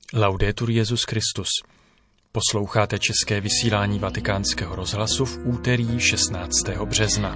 Laudetur Jesus Christus. Posloucháte české vysílání Vatikánského rozhlasu v úterý 16. března.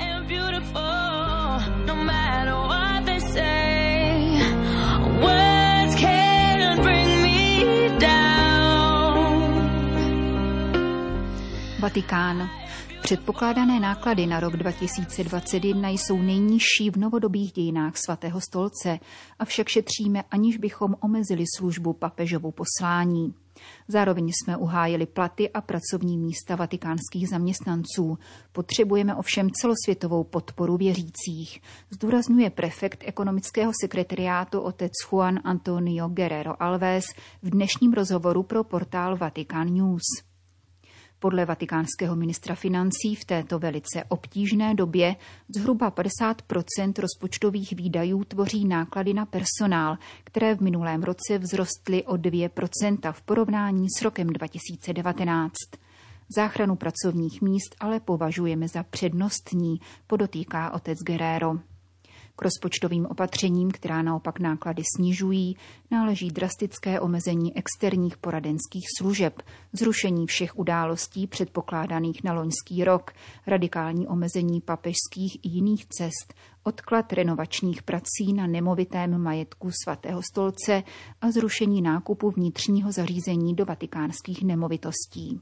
Vatikán. Předpokládané náklady na rok 2021 jsou nejnižší v novodobých dějinách Svatého stolce, avšak šetříme, aniž bychom omezili službu papežovu poslání. Zároveň jsme uhájili platy a pracovní místa vatikánských zaměstnanců. Potřebujeme ovšem celosvětovou podporu věřících, zdůrazňuje prefekt ekonomického sekretariátu otec Juan Antonio Guerrero Alves v dnešním rozhovoru pro portál Vatican News. Podle vatikánského ministra financí v této velice obtížné době zhruba 50% rozpočtových výdajů tvoří náklady na personál, které v minulém roce vzrostly o 2% v porovnání s rokem 2019. Záchranu pracovních míst ale považujeme za přednostní, podotýká otec Guerrero. K rozpočtovým opatřením, která naopak náklady snižují, náleží drastické omezení externích poradenských služeb, zrušení všech událostí předpokládaných na loňský rok, radikální omezení papežských i jiných cest, odklad renovačních prací na nemovitém majetku Svatého stolce a zrušení nákupu vnitřního zařízení do vatikánských nemovitostí.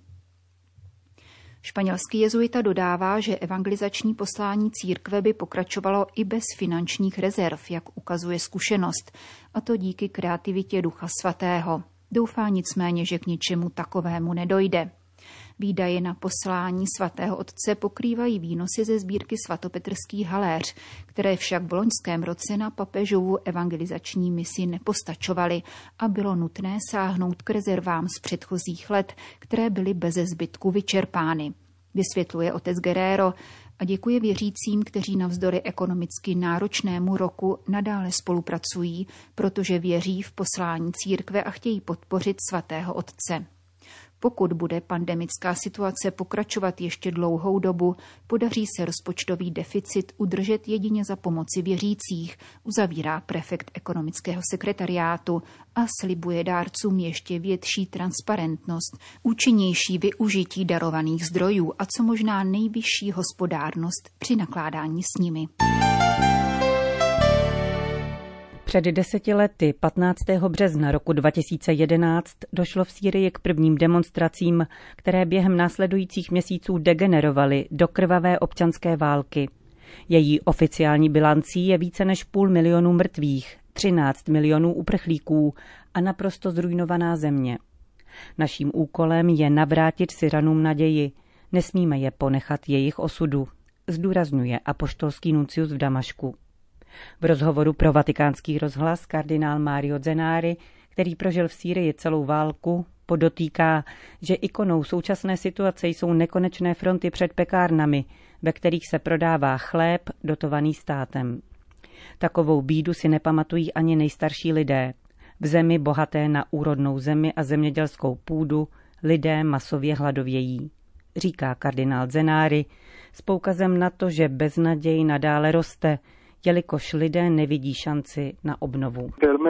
Španělský jezuita dodává, že evangelizační poslání církve by pokračovalo i bez finančních rezerv, jak ukazuje zkušenost, a to díky kreativitě Ducha Svatého. Doufá nicméně, že k ničemu takovému nedojde. Výdaje na poslání Svatého Otce pokrývají výnosy ze sbírky svatopetrských haléř, které však v loňském roce na papežovu evangelizační misi nepostačovaly a bylo nutné sáhnout k rezervám z předchozích let, které byly beze zbytku vyčerpány. Vysvětluje otec Guerrero a děkuje věřícím, kteří navzdory ekonomicky náročnému roku nadále spolupracují, protože věří v poslání církve a chtějí podpořit Svatého Otce. Pokud bude pandemická situace pokračovat ještě dlouhou dobu, podaří se rozpočtový deficit udržet jedině za pomoci věřících, uzavírá prefekt ekonomického sekretariátu a slibuje dárcům ještě větší transparentnost, účinnější využití darovaných zdrojů a co možná nejvyšší hospodárnost při nakládání s nimi. Před 10 lety, 15. března roku 2011, došlo v Sýrii k prvním demonstracím, které během následujících měsíců degenerovaly do krvavé občanské války. Její oficiální bilancí je více než 500 000 mrtvých, 13 milionů uprchlíků a naprosto zruinovaná země. Naším úkolem je navrátit Syřanům naději. Nesmíme je ponechat jejich osudu, zdůrazňuje apoštolský nuncius v Damašku. V rozhovoru pro Vatikánský rozhlas kardinál Mario Zenari, který prožil v Sýrii celou válku, podotýká, že ikonou současné situace jsou nekonečné fronty před pekárnami, ve kterých se prodává chléb dotovaný státem. Takovou bídu si nepamatují ani nejstarší lidé. V zemi bohaté na úrodnou zemi a zemědělskou půdu lidé masově hladovějí, říká kardinál Zenari s poukazem na to, že beznaděj nadále roste, jelikož lidé nevidí šanci na obnovu.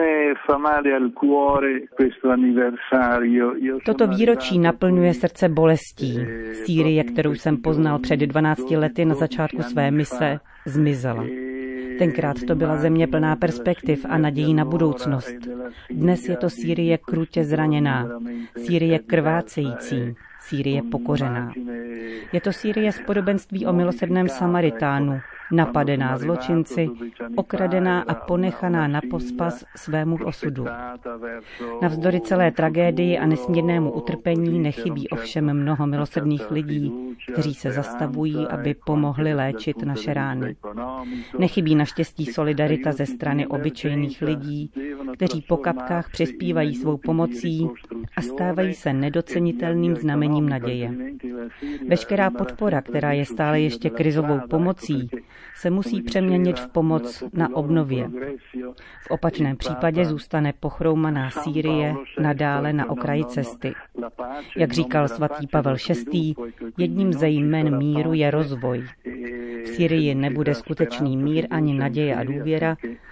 Toto výročí naplňuje srdce bolestí. Sýrie, kterou jsem poznal před 12 lety na začátku své mise, zmizela. Tenkrát to byla země plná perspektiv a nadějí na budoucnost. Dnes je to Sýrie krutě zraněná, Sýrie krvácející, Sýrie pokořená. Je to Sýrie z podobenství o milosrdném Samaritánu, napadená zločinci, okradená a ponechaná na pospas svému osudu. Navzdory celé tragédii a nesmírnému utrpení nechybí ovšem mnoho milosrdných lidí, kteří se zastavují, aby pomohli léčit naše rány. Nechybí naštěstí solidarita ze strany obyčejných lidí, kteří po kapkách přispívají svou pomocí a stávají se nedocenitelným znamením naděje. Veškerá podpora, která je stále ještě krizovou pomocí, se musí přeměnit v pomoc na obnově. V opačném případě zůstane pochroumaná Sýrie nadále na okraji cesty. Jak říkal svatý Pavel VI., jedním ze jmen míru je rozvoj. V Sýrii nebude skutečný mír ani naděje a důvěra,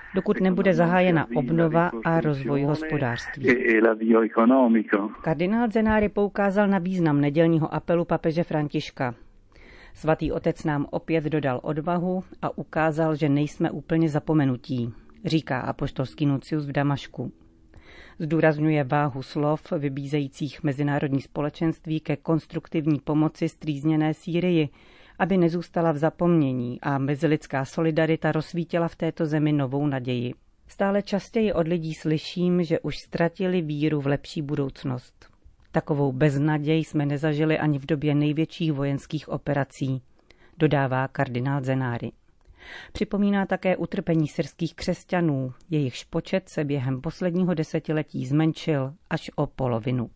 dokud nebude zahájena obnova a rozvoj hospodářství. Kardinál Zenari poukázal na význam nedělního apelu papeže Františka. Svatý otec nám opět dodal odvahu a ukázal, že nejsme úplně zapomenutí, říká apoštolský nuncius v Damašku. Zdůrazňuje váhu slov vybízejících mezinárodní společenství ke konstruktivní pomoci střízněné Sýrii, aby nezůstala v zapomnění a mezilidská solidarita rozsvítila v této zemi novou naději. Stále častěji od lidí slyším, že už ztratili víru v lepší budoucnost. Takovou beznaděj jsme nezažili ani v době největších vojenských operací, dodává kardinál Zenari. Připomíná také utrpení syrských křesťanů, jejichž počet se během posledního desetiletí zmenšil až o polovinu.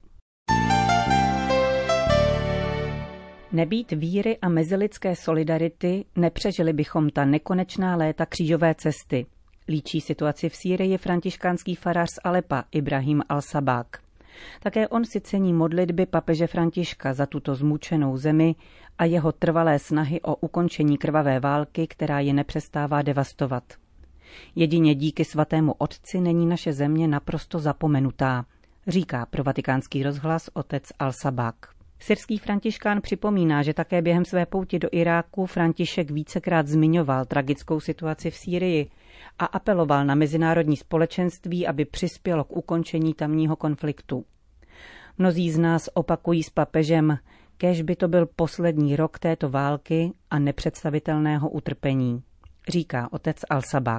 Nebýt víry a mezilidské solidarity, nepřežili bychom ta nekonečná léta křížové cesty, líčí situaci v Sýrii františkánský farář z Alepa Ibrahim al-Sabák. Také on si cení modlitby papeže Františka za tuto zmučenou zemi a jeho trvalé snahy o ukončení krvavé války, která je nepřestává devastovat. Jedině díky svatému otci není naše země naprosto zapomenutá, říká pro Vatikánský rozhlas otec al-Sabák. Syrský františkán připomíná, že také během své pouti do Iráku František vícekrát zmiňoval tragickou situaci v Sýrii a apeloval na mezinárodní společenství, aby přispělo k ukončení tamního konfliktu. Mnozí z nás opakují s papežem, kéž by to byl poslední rok této války a nepředstavitelného utrpení, říká otec al-Sabák.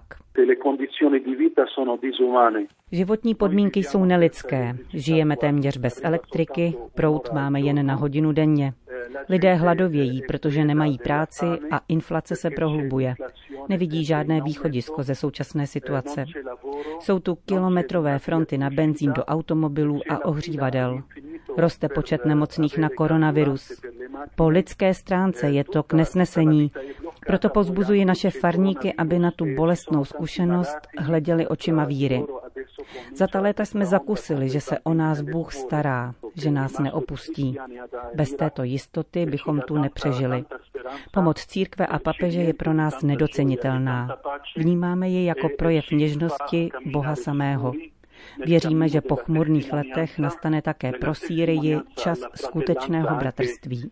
Životní podmínky jsou nelidské. Žijeme téměř bez elektriky, proud máme jen na hodinu denně. Lidé hladovějí, protože nemají práci a inflace se prohlubuje. Nevidí žádné východisko ze současné situace. Jsou tu kilometrové fronty na benzín do automobilů a ohřívadel. Roste počet nemocných na koronavirus. Po lidské stránce je to k nesnesení. Proto povzbuzuji naše farníky, aby na tu bolestnou zkušenost hleděli očima víry. Za ta léta jsme zakusili, že se o nás Bůh stará, že nás neopustí. Bez této jistoty bychom tu nepřežili. Pomoc církve a papeže je pro nás nedocenitelná. Vnímáme ji jako projev něžnosti Boha samého. Věříme, že po chmurných letech nastane také pro Sýrii čas skutečného bratrství.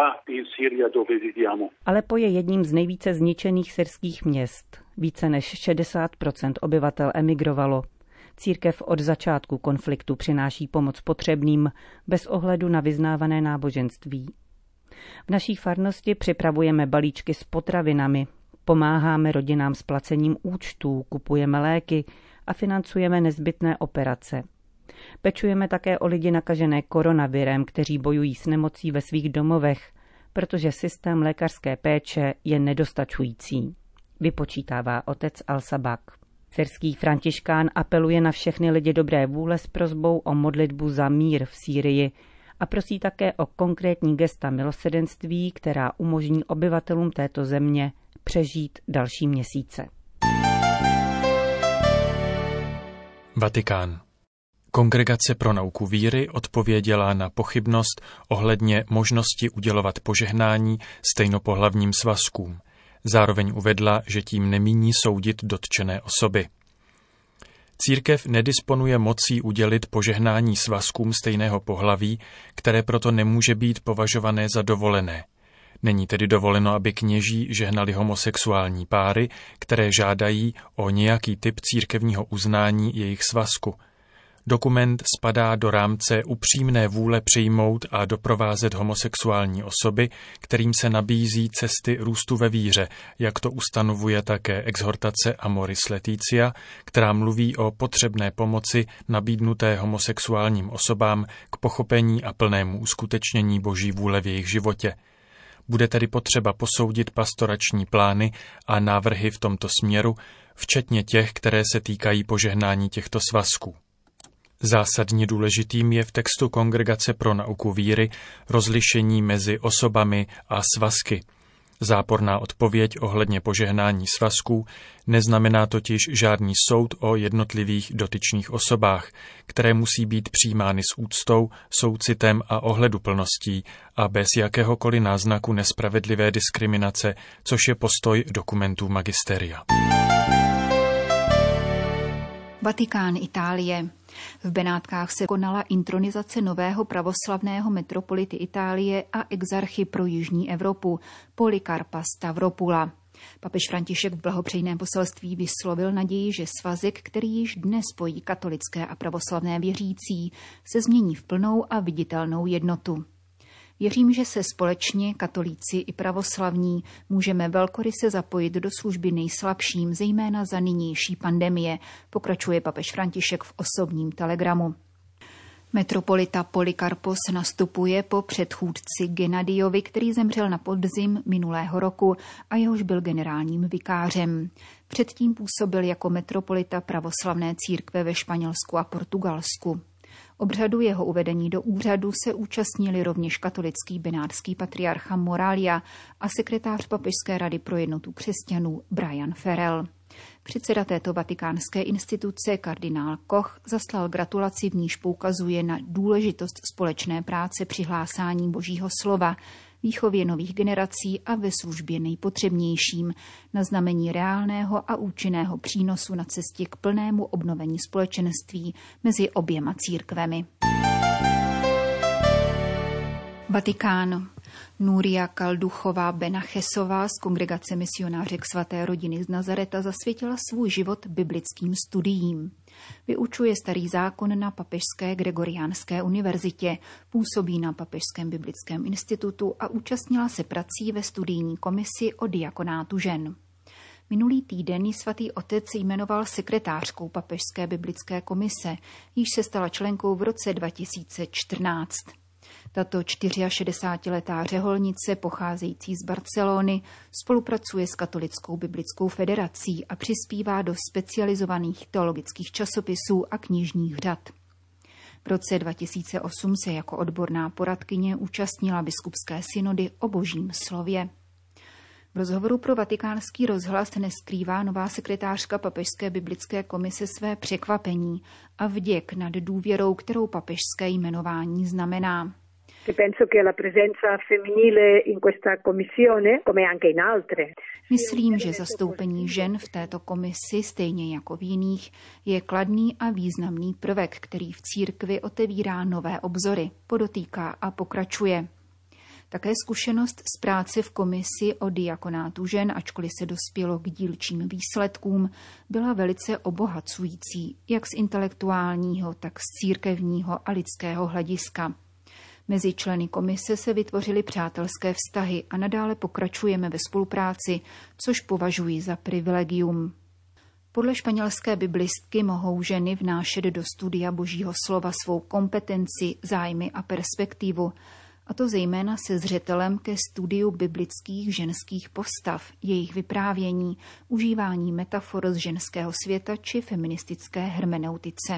Aleppo je jedním z nejvíce zničených syrských měst. Více než 60% obyvatel emigrovalo. Církev od začátku konfliktu přináší pomoc potřebným bez ohledu na vyznávané náboženství. V naší farnosti připravujeme balíčky s potravinami, pomáháme rodinám s placením účtů, kupujeme léky a financujeme nezbytné operace. Pečujeme také o lidi nakažené koronavirem, kteří bojují s nemocí ve svých domovech, protože systém lékařské péče je nedostačující, vypočítává otec al-Sabák. Syrský františkán apeluje na všechny lidi dobré vůle s prosbou o modlitbu za mír v Sýrii a prosí také o konkrétní gesta milosrdenství, která umožní obyvatelům této země přežít další měsíce. Vatikán. Kongregace pro nauku víry odpověděla na pochybnost ohledně možnosti udělovat požehnání stejnopohlavním svazkům. Zároveň uvedla, že tím nemíní soudit dotčené osoby. Církev nedisponuje mocí udělit požehnání svazkům stejného pohlaví, které proto nemůže být považované za dovolené. Není tedy dovoleno, aby kněží žehnali homosexuální páry, které žádají o nějaký typ církevního uznání jejich svazku. Dokument spadá do rámce upřímné vůle přijmout a doprovázet homosexuální osoby, kterým se nabízí cesty růstu ve víře, jak to ustanovuje také exhortace Amoris Laetitia, která mluví o potřebné pomoci nabídnuté homosexuálním osobám k pochopení a plnému uskutečnění Boží vůle v jejich životě. Bude tedy potřeba posoudit pastorační plány a návrhy v tomto směru, včetně těch, které se týkají požehnání těchto svazků. Zásadně důležitým je v textu Kongregace pro nauku víry rozlišení mezi osobami a svazky. Záporná odpověď ohledně požehnání svazků neznamená totiž žádný soud o jednotlivých dotyčných osobách, které musí být přijímány s úctou, soucitem a ohleduplností a bez jakéhokoliv náznaku nespravedlivé diskriminace, což je postoj dokumentů Magisteria. Vatikán, Itálie. V Benátkách se konala intronizace nového pravoslavného metropolity Itálie a exarchy pro jižní Evropu, Polikarpa Stavropula. Papež František v blahopřejném poselství vyslovil naději, že svazek, který již dnes spojí katolické a pravoslavné věřící, se změní v plnou a viditelnou jednotu. Věřím, že se společně, katolíci i pravoslavní, můžeme velkoryse zapojit do služby nejslabším, zejména za nynější pandemie, pokračuje papež František v osobním telegramu. Metropolita Polikarpos nastupuje po předchůdci Gennadiovi, který zemřel na podzim minulého roku a jehož byl generálním vikářem. Předtím působil jako metropolita pravoslavné církve ve Španělsku a Portugalsku. Obřadu jeho uvedení do úřadu se účastnili rovněž katolický benátský patriarcha Moralia a sekretář Papežské rady pro jednotu křesťanů Brian Farrell. Předseda této vatikánské instituce, kardinál Koch, zaslal gratulaci, v níž poukazuje na důležitost společné práce při hlásání Božího slova, výchově nových generací a ve službě nejpotřebnějším, na znamení reálného a účinného přínosu na cestě k plnému obnovení společenství mezi oběma církvemi. Vatikán. Núria Kalduchová Benachesová z kongregace misionářek svaté rodiny z Nazareta zasvětila svůj život biblickým studiím. Vyučuje Starý zákon na Papežské Gregoriánské univerzitě, působí na Papežském biblickém institutu a účastnila se prací ve studijní komisi o diakonátu žen. Minulý týden ji svatý otec jmenoval sekretářkou Papežské biblické komise, již se stala členkou v roce 2014. Tato 64letá řeholnice, pocházející z Barcelony, spolupracuje s Katolickou biblickou federací a přispívá do specializovaných teologických časopisů a knižních řad. V roce 2008 se jako odborná poradkyně účastnila biskupské synody o Božím slově. V rozhovoru pro Vatikánský rozhlas neskrývá nová sekretářka Papežské biblické komise své překvapení a vděk nad důvěrou, kterou papežské jmenování znamená. Myslím, že zastoupení žen v této komisi, stejně jako v jiných, je kladný a významný prvek, který v církvi otevírá nové obzory, podotýká a pokračuje. Také zkušenost z práce v komisi o diakonátu žen, ačkoliv se dospělo k dílčím výsledkům, byla velice obohacující, jak z intelektuálního, tak z církevního a lidského hlediska. Mezi členy komise se vytvořily přátelské vztahy a nadále pokračujeme ve spolupráci, což považuji za privilegium. Podle španělské biblistky mohou ženy vnášet do studia Božího slova svou kompetenci, zájmy a perspektivu, a to zejména se zřetelem ke studiu biblických ženských postav, jejich vyprávění, užívání metafor z ženského světa či feministické hermeneutice.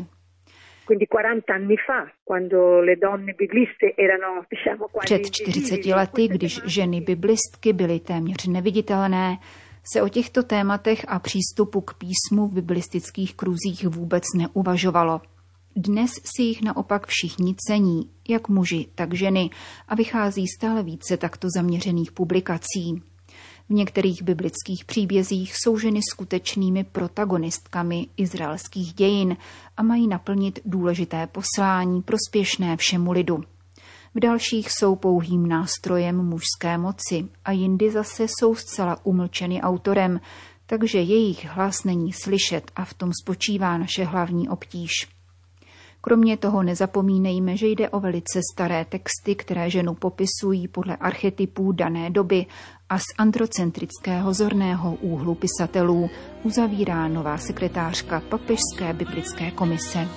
Před 40 lety, když ženy biblistky byly téměř neviditelné, se o těchto tématech a přístupu k písmu v biblistických kruzích vůbec neuvažovalo. Dnes si jich naopak všichni cení, jak muži, tak ženy, a vychází stále více takto zaměřených publikací. V některých biblických příbězích jsou ženy skutečnými protagonistkami izraelských dějin a mají naplnit důležité poslání prospěšné všemu lidu. V dalších jsou pouhým nástrojem mužské moci a jindy zase jsou zcela umlčeny autorem, takže jejich hlas není slyšet a v tom spočívá naše hlavní obtíž. Kromě toho nezapomínejme, že jde o velice staré texty, které ženu popisují podle archetypů dané doby a z androcentrického zorného úhlu pisatelů, uzavírá nová sekretářka Papežské biblické komise.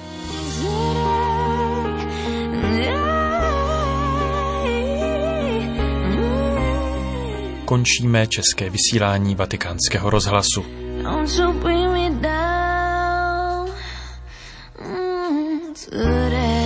Končíme české vysílání Vatikánského rozhlasu. Today